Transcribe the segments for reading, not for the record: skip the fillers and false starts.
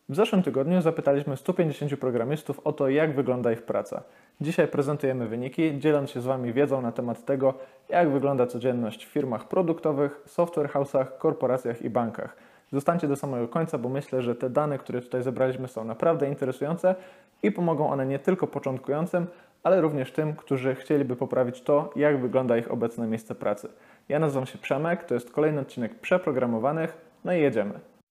W zeszłym tygodniu zapytaliśmy 150 programistów o to, jak wygląda ich praca. Dzisiaj prezentujemy wyniki, dzieląc się z Wami wiedzą na temat tego, jak wygląda codzienność w firmach produktowych, software house'ach, korporacjach i bankach. Zostańcie do samego końca, bo myślę, że te dane, które tutaj zebraliśmy, są naprawdę interesujące i pomogą one nie tylko początkującym, ale również tym, którzy chcieliby poprawić to, jak wygląda ich obecne miejsce pracy. Ja nazywam się Przemek, to jest kolejny odcinek Przeprogramowanych, no i jedziemy.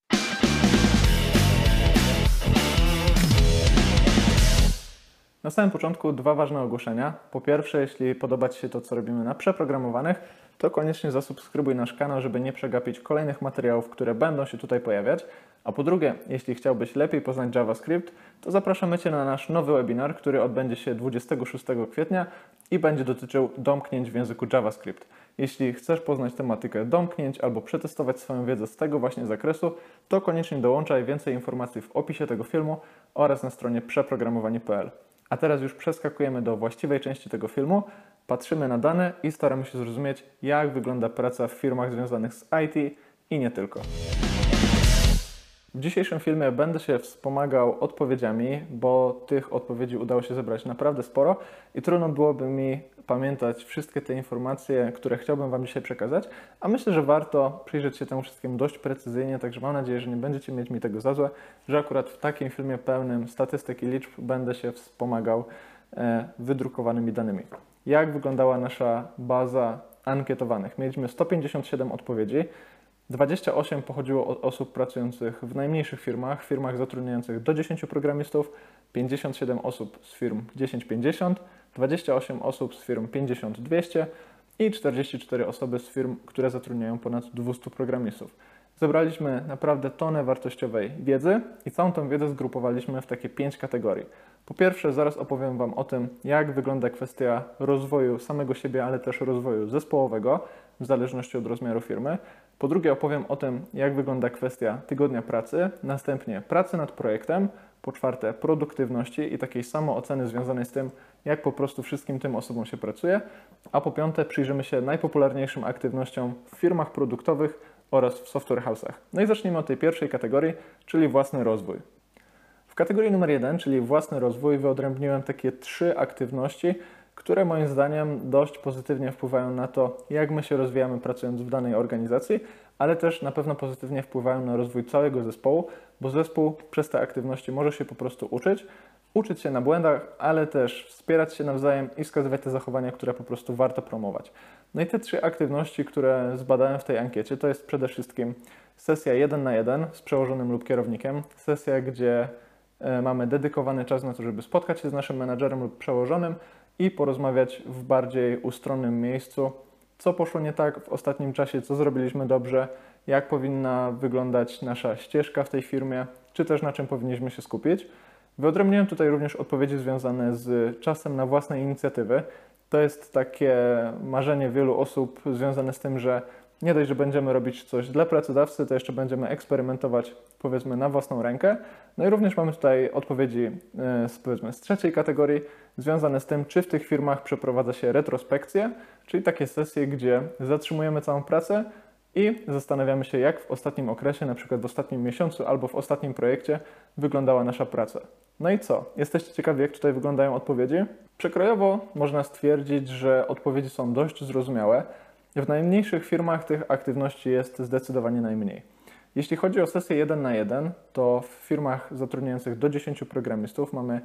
Na samym początku dwa ważne ogłoszenia. Po pierwsze, jeśli podoba Ci się to, co robimy na Przeprogramowanych, to koniecznie zasubskrybuj nasz kanał, żeby nie przegapić kolejnych materiałów, które będą się tutaj pojawiać. A po drugie, jeśli chciałbyś lepiej poznać JavaScript, to zapraszamy Cię na nasz nowy webinar, który odbędzie się 26 kwietnia i będzie dotyczył domknięć w języku JavaScript. Jeśli chcesz poznać tematykę domknięć albo przetestować swoją wiedzę z tego właśnie zakresu, to koniecznie dołączaj. Więcej informacji w opisie tego filmu oraz na stronie przeprogramowanie.pl. A teraz już przeskakujemy do właściwej części tego filmu, patrzymy na dane i staramy się zrozumieć, jak wygląda praca w firmach związanych z IT i nie tylko. W dzisiejszym filmie będę się wspomagał odpowiedziami, bo tych odpowiedzi udało się zebrać naprawdę sporo i trudno byłoby mi pamiętać wszystkie te informacje, które chciałbym Wam dzisiaj przekazać, a myślę, że warto przyjrzeć się temu wszystkiemu dość precyzyjnie, także mam nadzieję, że nie będziecie mieć mi tego za złe, że akurat w takim filmie pełnym statystyk i liczb będę się wspomagał wydrukowanymi danymi. Jak wyglądała nasza baza ankietowanych? Mieliśmy 157 odpowiedzi. 28 pochodziło od osób pracujących w najmniejszych firmach zatrudniających do 10 programistów, 57 osób z firm 10-50, 28 osób z firm 50-200 i 44 osoby z firm, które zatrudniają ponad 200 programistów. Zebraliśmy naprawdę tonę wartościowej wiedzy i całą tę wiedzę zgrupowaliśmy w takie 5 kategorii. Po pierwsze, zaraz opowiem Wam o tym, jak wygląda kwestia rozwoju samego siebie, ale też rozwoju zespołowego, w zależności od rozmiaru firmy. Po drugie, opowiem o tym, jak wygląda kwestia tygodnia pracy, następnie pracy nad projektem, po czwarte, produktywności i takiej samooceny związanej z tym, jak po prostu wszystkim tym osobom się pracuje, a po piąte, przyjrzymy się najpopularniejszym aktywnościom w firmach produktowych oraz w software house'ach. No i zacznijmy od tej pierwszej kategorii, czyli własny rozwój. W kategorii numer 1, czyli własny rozwój, wyodrębniłem takie 3 aktywności, które moim zdaniem dość pozytywnie wpływają na to, jak my się rozwijamy pracując w danej organizacji, ale też na pewno pozytywnie wpływają na rozwój całego zespołu, bo zespół przez te aktywności może się po prostu uczyć się na błędach, ale też wspierać się nawzajem i wskazywać te zachowania, które po prostu warto promować. No i te 3 aktywności, które zbadałem w tej ankiecie, to jest przede wszystkim sesja 1 na 1 z przełożonym lub kierownikiem, sesja, gdzie mamy dedykowany czas na to, żeby spotkać się z naszym menadżerem lub przełożonym i porozmawiać w bardziej ustronnym miejscu, co poszło nie tak w ostatnim czasie, co zrobiliśmy dobrze, jak powinna wyglądać nasza ścieżka w tej firmie, czy też na czym powinniśmy się skupić. Wyodrębniłem tutaj również odpowiedzi związane z czasem na własne inicjatywy. To jest takie marzenie wielu osób związane z tym, że nie dość, że będziemy robić coś dla pracodawcy, to jeszcze będziemy eksperymentować, powiedzmy, na własną rękę. No i również mamy tutaj odpowiedzi z trzeciej kategorii, związane z tym, czy w tych firmach przeprowadza się retrospekcje, czyli takie sesje, gdzie zatrzymujemy całą pracę i zastanawiamy się, jak w ostatnim okresie, na przykład w ostatnim miesiącu albo w ostatnim projekcie wyglądała nasza praca. No i co? Jesteście ciekawi, jak tutaj wyglądają odpowiedzi? Przekrojowo można stwierdzić, że odpowiedzi są dość zrozumiałe. W najmniejszych firmach tych aktywności jest zdecydowanie najmniej. Jeśli chodzi o sesję 1 na 1, to w firmach zatrudniających do 10 programistów mamy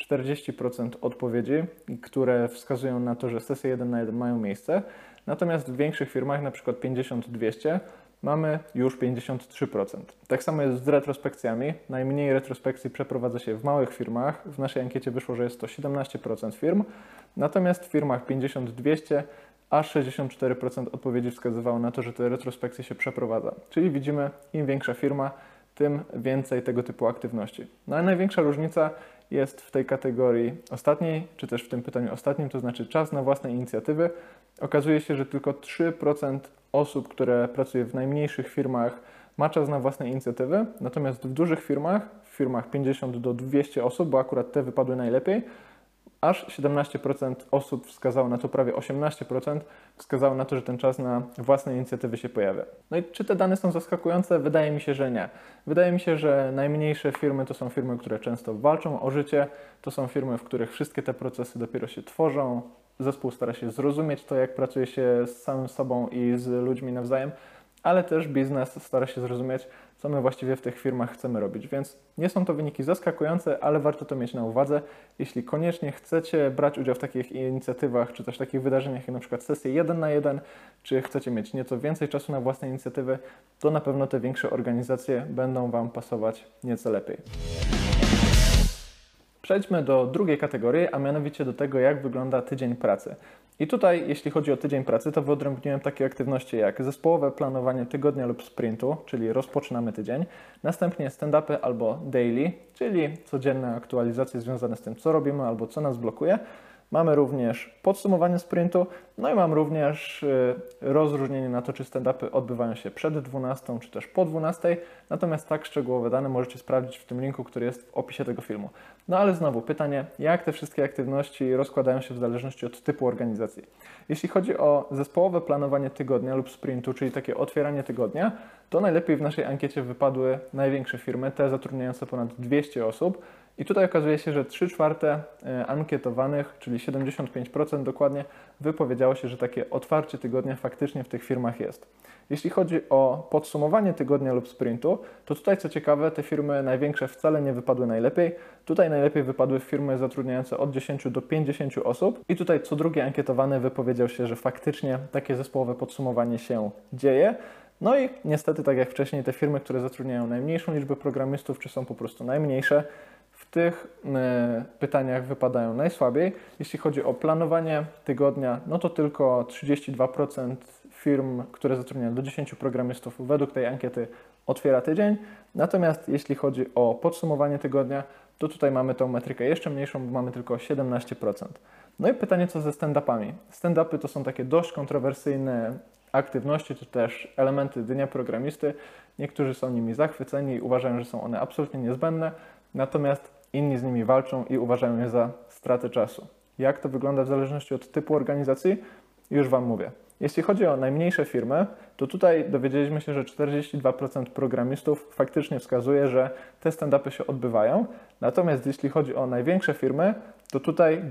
40% odpowiedzi, które wskazują na to, że sesje 1 na 1 mają miejsce. Natomiast w większych firmach, np. 50-200, mamy już 53%. Tak samo jest z retrospekcjami. Najmniej retrospekcji przeprowadza się w małych firmach. W naszej ankiecie wyszło, że jest to 17% firm. Natomiast w firmach 50-200 aż 64% odpowiedzi wskazywało na to, że te retrospekcje się przeprowadza. Czyli widzimy, im większa firma, tym więcej tego typu aktywności. No a największa różnica jest w tej kategorii ostatniej, czy też w tym pytaniu ostatnim, to znaczy czas na własne inicjatywy. Okazuje się, że tylko 3% osób, które pracuje w najmniejszych firmach, ma czas na własne inicjatywy, natomiast w dużych firmach, w firmach 50 do 200 osób, bo akurat te wypadły najlepiej, aż 17% osób wskazało na to, prawie 18% wskazało na to, że ten czas na własne inicjatywy się pojawia. No i czy te dane są zaskakujące? Wydaje mi się, że nie. Wydaje mi się, że najmniejsze firmy to są firmy, które często walczą o życie, to są firmy, w których wszystkie te procesy dopiero się tworzą, zespół stara się zrozumieć to, jak pracuje się z samym sobą i z ludźmi nawzajem, ale też biznes stara się zrozumieć, co my właściwie w tych firmach chcemy robić. Więc nie są to wyniki zaskakujące, ale warto to mieć na uwadze. Jeśli koniecznie chcecie brać udział w takich inicjatywach, czy też takich wydarzeniach, jak na przykład sesje 1 na 1, czy chcecie mieć nieco więcej czasu na własne inicjatywy, to na pewno te większe organizacje będą Wam pasować nieco lepiej. Przejdźmy do drugiej kategorii, a mianowicie do tego, jak wygląda tydzień pracy. I tutaj, jeśli chodzi o tydzień pracy, to wyodrębniłem takie aktywności jak zespołowe planowanie tygodnia lub sprintu, czyli rozpoczynamy tydzień, następnie stand-upy albo daily, czyli codzienne aktualizacje związane z tym, co robimy albo co nas blokuje. Mamy również podsumowanie sprintu, no i mam również rozróżnienie na to, czy stand-upy odbywają się przed 12 czy też po 12, natomiast tak szczegółowe dane możecie sprawdzić w tym linku, który jest w opisie tego filmu. No ale znowu pytanie, jak te wszystkie aktywności rozkładają się w zależności od typu organizacji. Jeśli chodzi o zespołowe planowanie tygodnia lub sprintu, czyli takie otwieranie tygodnia, to najlepiej w naszej ankiecie wypadły największe firmy, te zatrudniające ponad 200 osób. I tutaj okazuje się, że 3/4 ankietowanych, czyli 75% dokładnie, wypowiedziało się, że takie otwarcie tygodnia faktycznie w tych firmach jest. Jeśli chodzi o podsumowanie tygodnia lub sprintu, to tutaj co ciekawe, te firmy największe wcale nie wypadły najlepiej. Tutaj najlepiej wypadły firmy zatrudniające od 10 do 50 osób i tutaj co drugi ankietowany wypowiedział się, że faktycznie takie zespołowe podsumowanie się dzieje. No i niestety, tak jak wcześniej, te firmy, które zatrudniają najmniejszą liczbę programistów, czy są po prostu najmniejsze, w tych pytaniach wypadają najsłabiej. Jeśli chodzi o planowanie tygodnia, no to tylko 32% firm, które zatrudniają do 10 programistów według tej ankiety otwiera tydzień. Natomiast jeśli chodzi o podsumowanie tygodnia, to tutaj mamy tą metrykę jeszcze mniejszą, bo mamy tylko 17%. No i pytanie, co ze stand-upami? Stand-upy to są takie dość kontrowersyjne aktywności, czy też elementy dnia programisty. Niektórzy są nimi zachwyceni i uważają, że są one absolutnie niezbędne, natomiast inni z nimi walczą i uważają je za stratę czasu. Jak to wygląda w zależności od typu organizacji? Już Wam mówię. Jeśli chodzi o najmniejsze firmy, to tutaj dowiedzieliśmy się, że 42% programistów faktycznie wskazuje, że te stand-upy się odbywają. Natomiast jeśli chodzi o największe firmy, to tutaj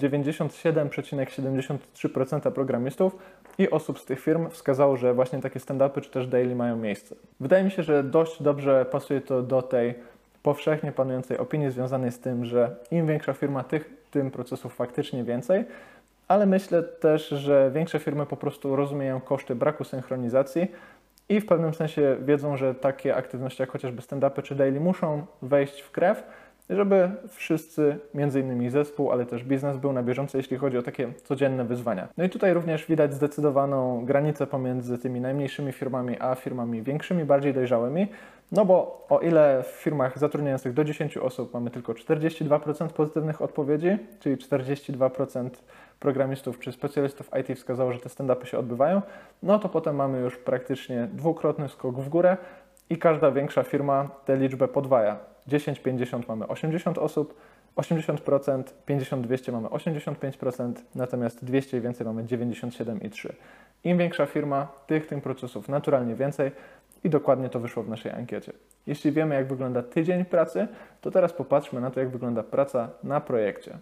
97,73% programistów i osób z tych firm wskazało, że właśnie takie stand-upy czy też daily mają miejsce. Wydaje mi się, że dość dobrze pasuje to do tej powszechnie panującej opinii związanej z tym, że im większa firma, tym procesów faktycznie więcej, ale myślę też, że większe firmy po prostu rozumieją koszty braku synchronizacji i w pewnym sensie wiedzą, że takie aktywności jak chociażby stand-upy czy daily muszą wejść w krew, żeby wszyscy, między innymi zespół, ale też biznes był na bieżąco, jeśli chodzi o takie codzienne wyzwania. No i tutaj również widać zdecydowaną granicę pomiędzy tymi najmniejszymi firmami, a firmami większymi, bardziej dojrzałymi, no bo o ile w firmach zatrudniających do 10 osób mamy tylko 42% pozytywnych odpowiedzi, czyli 42% programistów czy specjalistów IT wskazało, że te stand-upy się odbywają, no to potem mamy już praktycznie dwukrotny skok w górę i każda większa firma tę liczbę podwaja. 10-50 mamy 80 osób, 80%, 50-200 mamy 85%, natomiast 200 i więcej mamy 97,3%. Im większa firma, tym procesów naturalnie więcej i dokładnie to wyszło w naszej ankiecie. Jeśli wiemy, jak wygląda tydzień pracy, to teraz popatrzmy na to, jak wygląda praca na projekcie.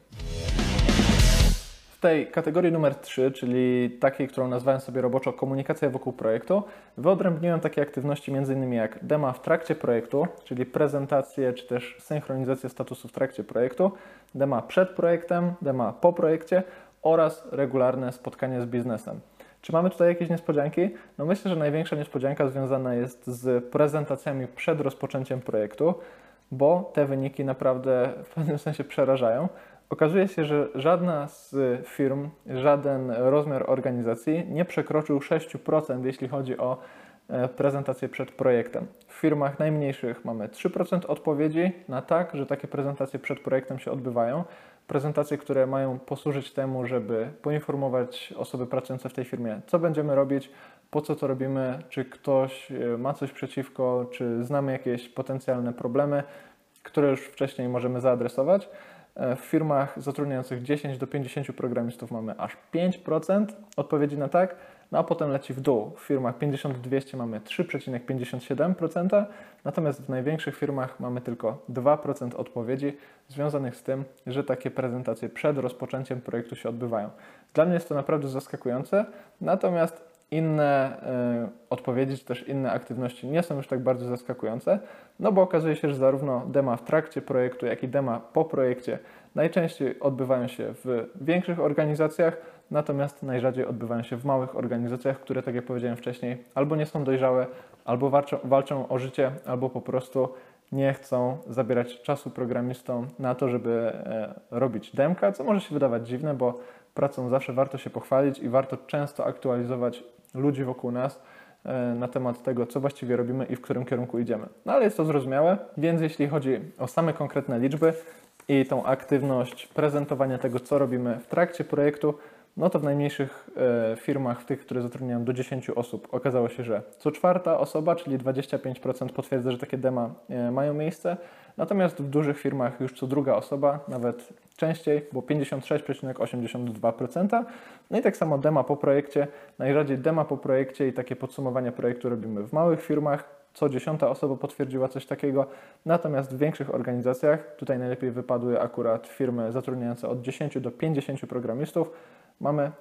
W tej kategorii numer 3, czyli takiej, którą nazwałem sobie roboczo komunikacja wokół projektu, wyodrębniłem takie aktywności m.in. jak dema w trakcie projektu, czyli prezentacje czy też synchronizację statusu w trakcie projektu, dema przed projektem, dema po projekcie oraz regularne spotkania z biznesem. Czy mamy tutaj jakieś niespodzianki? No myślę, że największa niespodzianka związana jest z prezentacjami przed rozpoczęciem projektu, bo te wyniki naprawdę w pewnym sensie przerażają. Okazuje się, że żadna z firm, żaden rozmiar organizacji nie przekroczył 6%, jeśli chodzi o prezentację przed projektem. W firmach najmniejszych mamy 3% odpowiedzi na tak, że takie prezentacje przed projektem się odbywają. Prezentacje, które mają posłużyć temu, żeby poinformować osoby pracujące w tej firmie, co będziemy robić, po co to robimy, czy ktoś ma coś przeciwko, czy znamy jakieś potencjalne problemy, które już wcześniej możemy zaadresować. W firmach zatrudniających 10 do 50 programistów mamy aż 5% odpowiedzi na tak, no a potem leci w dół. W firmach 50-200 mamy 3,57%, natomiast w największych firmach mamy tylko 2% odpowiedzi związanych z tym, że takie prezentacje przed rozpoczęciem projektu się odbywają. Dla mnie jest to naprawdę zaskakujące, natomiast inne odpowiedzi, czy też inne aktywności nie są już tak bardzo zaskakujące, no bo okazuje się, że zarówno dema w trakcie projektu, jak i dema po projekcie najczęściej odbywają się w większych organizacjach, natomiast najrzadziej odbywają się w małych organizacjach, które, tak jak powiedziałem wcześniej, albo nie są dojrzałe, albo walczą o życie, albo po prostu nie chcą zabierać czasu programistom na to, żeby robić demka, co może się wydawać dziwne, bo pracą zawsze warto się pochwalić i warto często aktualizować ludzi wokół nas na temat tego, co właściwie robimy i w którym kierunku idziemy. No ale jest to zrozumiałe, więc jeśli chodzi o same konkretne liczby i tą aktywność prezentowania tego, co robimy w trakcie projektu, no to w najmniejszych firmach, w tych, które zatrudniają do 10 osób, okazało się, że co czwarta osoba, czyli 25% potwierdza, że takie dema mają miejsce, natomiast w dużych firmach już co druga osoba, nawet częściej, było 56,82%. No i tak samo dema po projekcie, najrzadziej dema po projekcie i takie podsumowanie projektu robimy w małych firmach, co 10 osoba potwierdziła coś takiego, natomiast w większych organizacjach, tutaj najlepiej wypadły akurat firmy zatrudniające od 10 do 50 programistów, mamy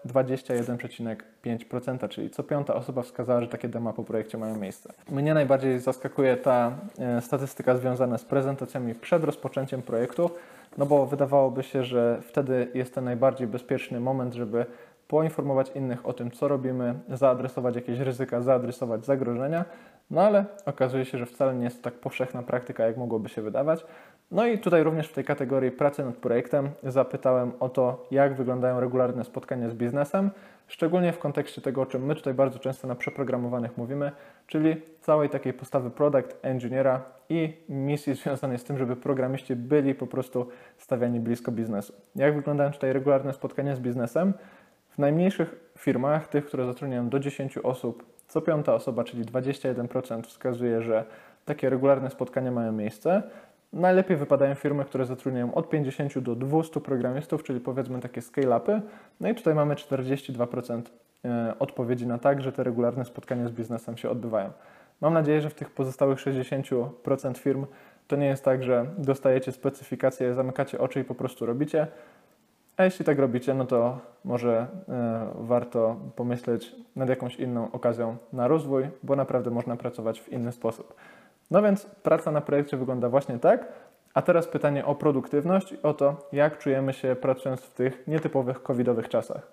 21,5%, czyli co piąta osoba wskazała, że takie dema po projekcie mają miejsce. Mnie najbardziej zaskakuje ta statystyka związana z prezentacjami przed rozpoczęciem projektu, no bo wydawałoby się, że wtedy jest ten najbardziej bezpieczny moment, żeby poinformować innych o tym, co robimy, zaadresować jakieś ryzyka, zaadresować zagrożenia, no ale okazuje się, że wcale nie jest to tak powszechna praktyka, jak mogłoby się wydawać. No i tutaj również w tej kategorii pracy nad projektem zapytałem o to, jak wyglądają regularne spotkania z biznesem, szczególnie w kontekście tego, o czym my tutaj bardzo często na przeprogramowanych mówimy, czyli całej takiej postawy product engineera i misji związanej z tym, żeby programiści byli po prostu stawiani blisko biznesu. Jak wyglądają tutaj regularne spotkania z biznesem? W najmniejszych firmach, tych, które zatrudniają do 10 osób, co piąta osoba, czyli 21% wskazuje, że takie regularne spotkania mają miejsce. Najlepiej wypadają firmy, które zatrudniają od 50 do 200 programistów, czyli powiedzmy takie scale-upy. No i tutaj mamy 42% odpowiedzi na tak, że te regularne spotkania z biznesem się odbywają. Mam nadzieję, że w tych pozostałych 60% firm to nie jest tak, że dostajecie specyfikację, zamykacie oczy i po prostu robicie. A jeśli tak robicie, no to może warto pomyśleć nad jakąś inną okazją na rozwój, bo naprawdę można pracować w inny sposób. No więc praca na projekcie wygląda właśnie tak, a teraz pytanie o produktywność i o to, jak czujemy się pracując w tych nietypowych covidowych czasach.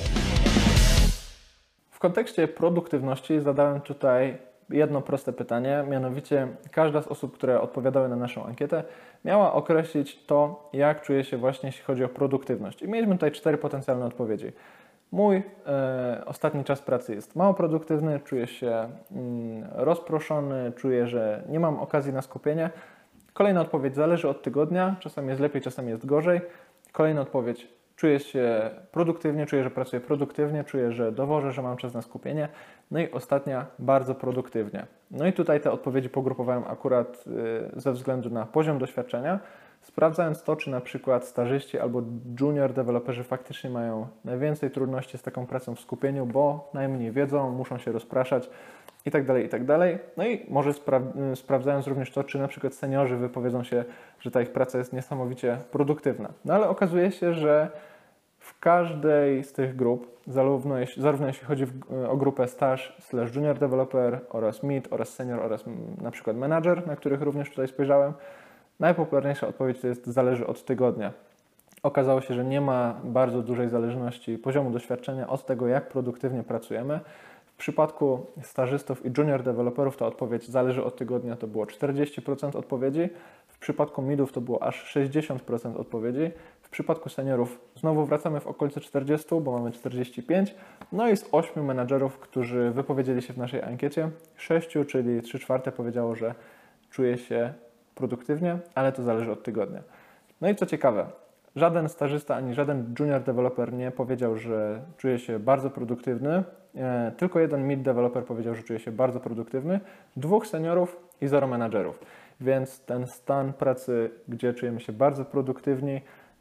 W kontekście produktywności zadałem tutaj jedno proste pytanie, mianowicie każda z osób, które odpowiadały na naszą ankietę, miała określić to, jak czuje się właśnie, jeśli chodzi o produktywność. I mieliśmy tutaj 4 potencjalne odpowiedzi. Mój ostatni czas pracy jest mało produktywny, czuję się rozproszony, czuję, że nie mam okazji na skupienie. Kolejna odpowiedź: zależy od tygodnia, czasami jest lepiej, czasami jest gorzej. Kolejna odpowiedź: czuję się produktywnie, czuję, że pracuję produktywnie, czuję, że dowożę, że mam czas na skupienie. No i ostatnia: bardzo produktywnie. No i tutaj te odpowiedzi pogrupowałem akurat ze względu na poziom doświadczenia, sprawdzając to, czy na przykład stażyści albo junior deweloperzy faktycznie mają najwięcej trudności z taką pracą w skupieniu, bo najmniej wiedzą, muszą się rozpraszać itd., itd. No i może sprawdzając również to, czy na przykład seniorzy wypowiedzą się, że ta ich praca jest niesamowicie produktywna. No ale okazuje się, że w każdej z tych grup, zarówno jeśli chodzi o grupę staż/junior developer oraz mid oraz senior oraz na przykład manager, na których również tutaj spojrzałem, najpopularniejsza odpowiedź to jest: zależy od tygodnia. Okazało się, że nie ma bardzo dużej zależności poziomu doświadczenia od tego, jak produktywnie pracujemy. W przypadku stażystów i junior deweloperów ta odpowiedź zależy od tygodnia, to było 40% odpowiedzi. W przypadku midów to było aż 60% odpowiedzi. W przypadku seniorów znowu wracamy w okolice 40, bo mamy 45. No i z 8 menadżerów, którzy wypowiedzieli się w naszej ankiecie, 6, czyli 3/4 powiedziało, że czuje się produktywnie, ale to zależy od tygodnia. No i co ciekawe, żaden stażysta ani żaden junior developer nie powiedział, że czuje się bardzo produktywny. Tylko jeden mid developer powiedział, że czuje się bardzo produktywny, 2 seniorów i 0 menadżerów. Więc ten stan pracy, gdzie czujemy się bardzo produktywni,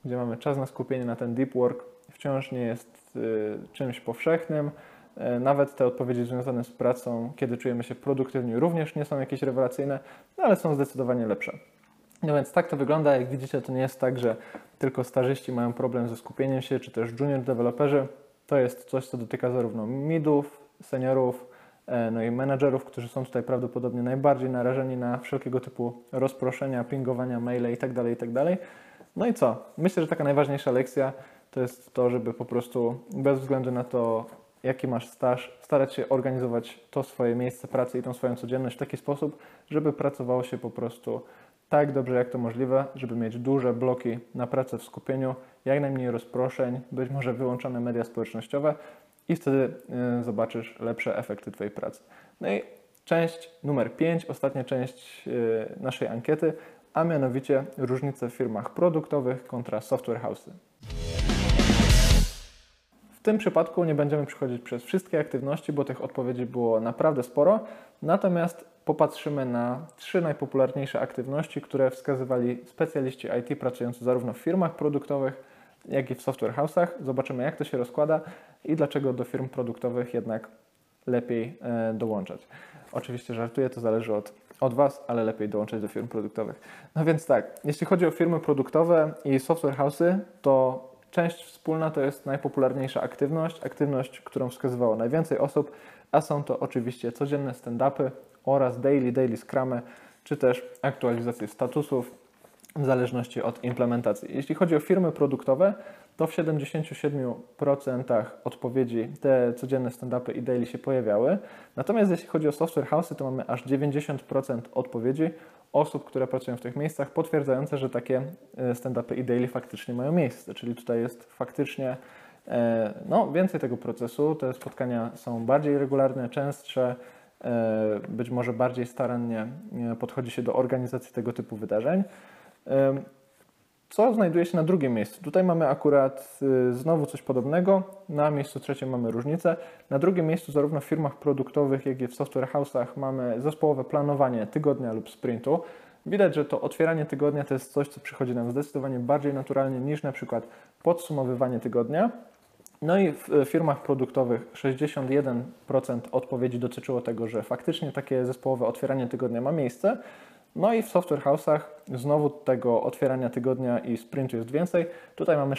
gdzie mamy czas na skupienie na ten deep work, wciąż nie jest czymś powszechnym. Nawet te odpowiedzi związane z pracą, kiedy czujemy się produktywni, również nie są jakieś rewelacyjne, no ale są zdecydowanie lepsze. No więc tak to wygląda. Jak widzicie, to nie jest tak, że tylko stażyści mają problem ze skupieniem się, czy też junior deweloperzy. To jest coś, co dotyka zarówno midów, seniorów, no i menadżerów, którzy są tutaj prawdopodobnie najbardziej narażeni na wszelkiego typu rozproszenia, pingowania, maile itd., itd. No i co? Myślę, że taka najważniejsza lekcja to jest to, żeby po prostu bez względu na to, jaki masz staż, starać się organizować to swoje miejsce pracy i tą swoją codzienność w taki sposób, żeby pracowało się po prostu tak dobrze jak to możliwe, żeby mieć duże bloki na pracę w skupieniu, jak najmniej rozproszeń, być może wyłączone media społecznościowe i wtedy zobaczysz lepsze efekty Twojej pracy. No i część numer 5, ostatnia część naszej ankiety, a mianowicie różnice w firmach produktowych kontra software house'y. W tym przypadku nie będziemy przechodzić przez wszystkie aktywności, bo tych odpowiedzi było naprawdę sporo, natomiast popatrzymy na 3 najpopularniejsze aktywności, które wskazywali specjaliści IT pracujący zarówno w firmach produktowych, jak i w software house'ach. Zobaczymy, jak to się rozkłada i dlaczego do firm produktowych jednak lepiej dołączać. Oczywiście żartuję, to zależy od Was, ale lepiej dołączać do firm produktowych. No więc tak, jeśli chodzi o firmy produktowe i software house'y, to część wspólna to jest najpopularniejsza aktywność, którą wskazywało najwięcej osób, a są to oczywiście codzienne stand-upy oraz daily scrumy, czy też aktualizacje statusów w zależności od implementacji. Jeśli chodzi o firmy produktowe, to w 77% odpowiedzi te codzienne stand-upy i daily się pojawiały. Natomiast jeśli chodzi o software house'y, to mamy aż 90% odpowiedzi osób, które pracują w tych miejscach, potwierdzające, że takie stand-upy i daily faktycznie mają miejsce. Czyli tutaj jest faktycznie więcej tego procesu. Te spotkania są bardziej regularne, częstsze, być może bardziej starannie podchodzi się do organizacji tego typu wydarzeń. Co znajduje się na drugim miejscu? Tutaj mamy akurat znowu coś podobnego. Na miejscu trzecim mamy różnicę. Na drugim miejscu zarówno w firmach produktowych, jak i w software house'ach mamy zespołowe planowanie tygodnia lub sprintu. Widać, że to otwieranie tygodnia to jest coś, co przychodzi nam zdecydowanie bardziej naturalnie niż na przykład podsumowywanie tygodnia. No i w firmach produktowych 61% odpowiedzi dotyczyło tego, że faktycznie takie zespołowe otwieranie tygodnia ma miejsce. No i w software house'ach znowu tego otwierania tygodnia i sprintu jest więcej. Tutaj mamy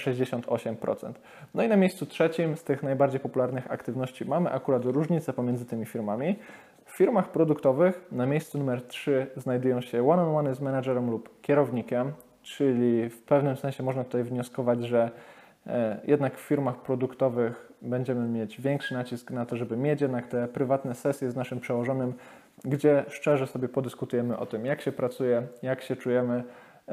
68%. No i na miejscu trzecim z tych najbardziej popularnych aktywności mamy akurat różnicę pomiędzy tymi firmami. W firmach produktowych na miejscu numer 3 znajdują się one-on-one z menadżerem lub kierownikiem, czyli w pewnym sensie można tutaj wnioskować, że jednak w firmach produktowych będziemy mieć większy nacisk na to, żeby mieć jednak te prywatne sesje z naszym przełożonym, gdzie szczerze sobie podyskutujemy o tym, jak się pracuje, jak się czujemy,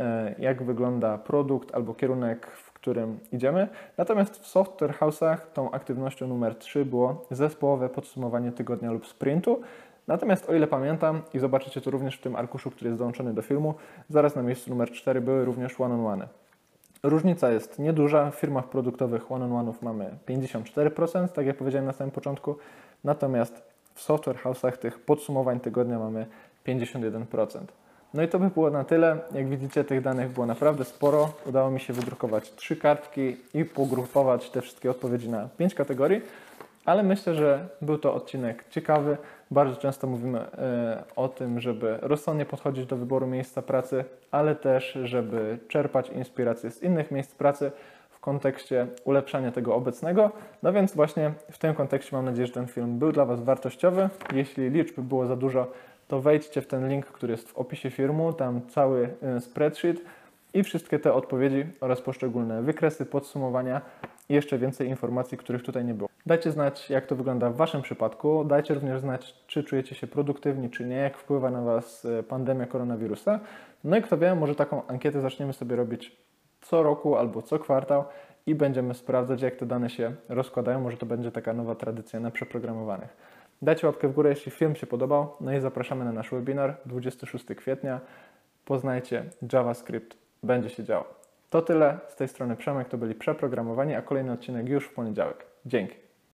jak wygląda produkt albo kierunek, w którym idziemy. Natomiast w software house'ach tą aktywnością numer 3 było zespołowe podsumowanie tygodnia lub sprintu. Natomiast o ile pamiętam i zobaczycie to również w tym arkuszu, który jest dołączony do filmu, zaraz na miejscu numer 4 były również one-on-one. Różnica jest nieduża. W firmach produktowych one-on-one'ów mamy 54%, tak jak powiedziałem na samym początku. Natomiast w software house'ach tych podsumowań tygodnia mamy 51%. No i to by było na tyle. Jak widzicie, tych danych było naprawdę sporo. Udało mi się wydrukować 3 kartki i pogrupować te wszystkie odpowiedzi na 5 kategorii. Ale myślę, że był to odcinek ciekawy. Bardzo często mówimy o tym, żeby rozsądnie podchodzić do wyboru miejsca pracy, ale też, żeby czerpać inspiracje z innych miejsc pracy w kontekście ulepszania tego obecnego. No więc właśnie w tym kontekście mam nadzieję, że ten film był dla Was wartościowy. Jeśli liczb było za dużo, to wejdźcie w ten link, który jest w opisie filmu, tam cały spreadsheet i wszystkie te odpowiedzi oraz poszczególne wykresy, podsumowania i jeszcze więcej informacji, których tutaj nie było. Dajcie znać, jak to wygląda w Waszym przypadku. Dajcie również znać, czy czujecie się produktywni, czy nie, jak wpływa na Was pandemia koronawirusa. No i kto wie, może taką ankietę zaczniemy sobie robić co roku albo co kwartał i będziemy sprawdzać, jak te dane się rozkładają. Może to będzie taka nowa tradycja na przeprogramowanych. Dajcie łapkę w górę, jeśli film się podobał. No i zapraszamy na nasz webinar 26 kwietnia. Poznajcie JavaScript. Będzie się działo. To tyle. Z tej strony Przemek, to byli Przeprogramowani, a kolejny odcinek już w poniedziałek. Dzięki.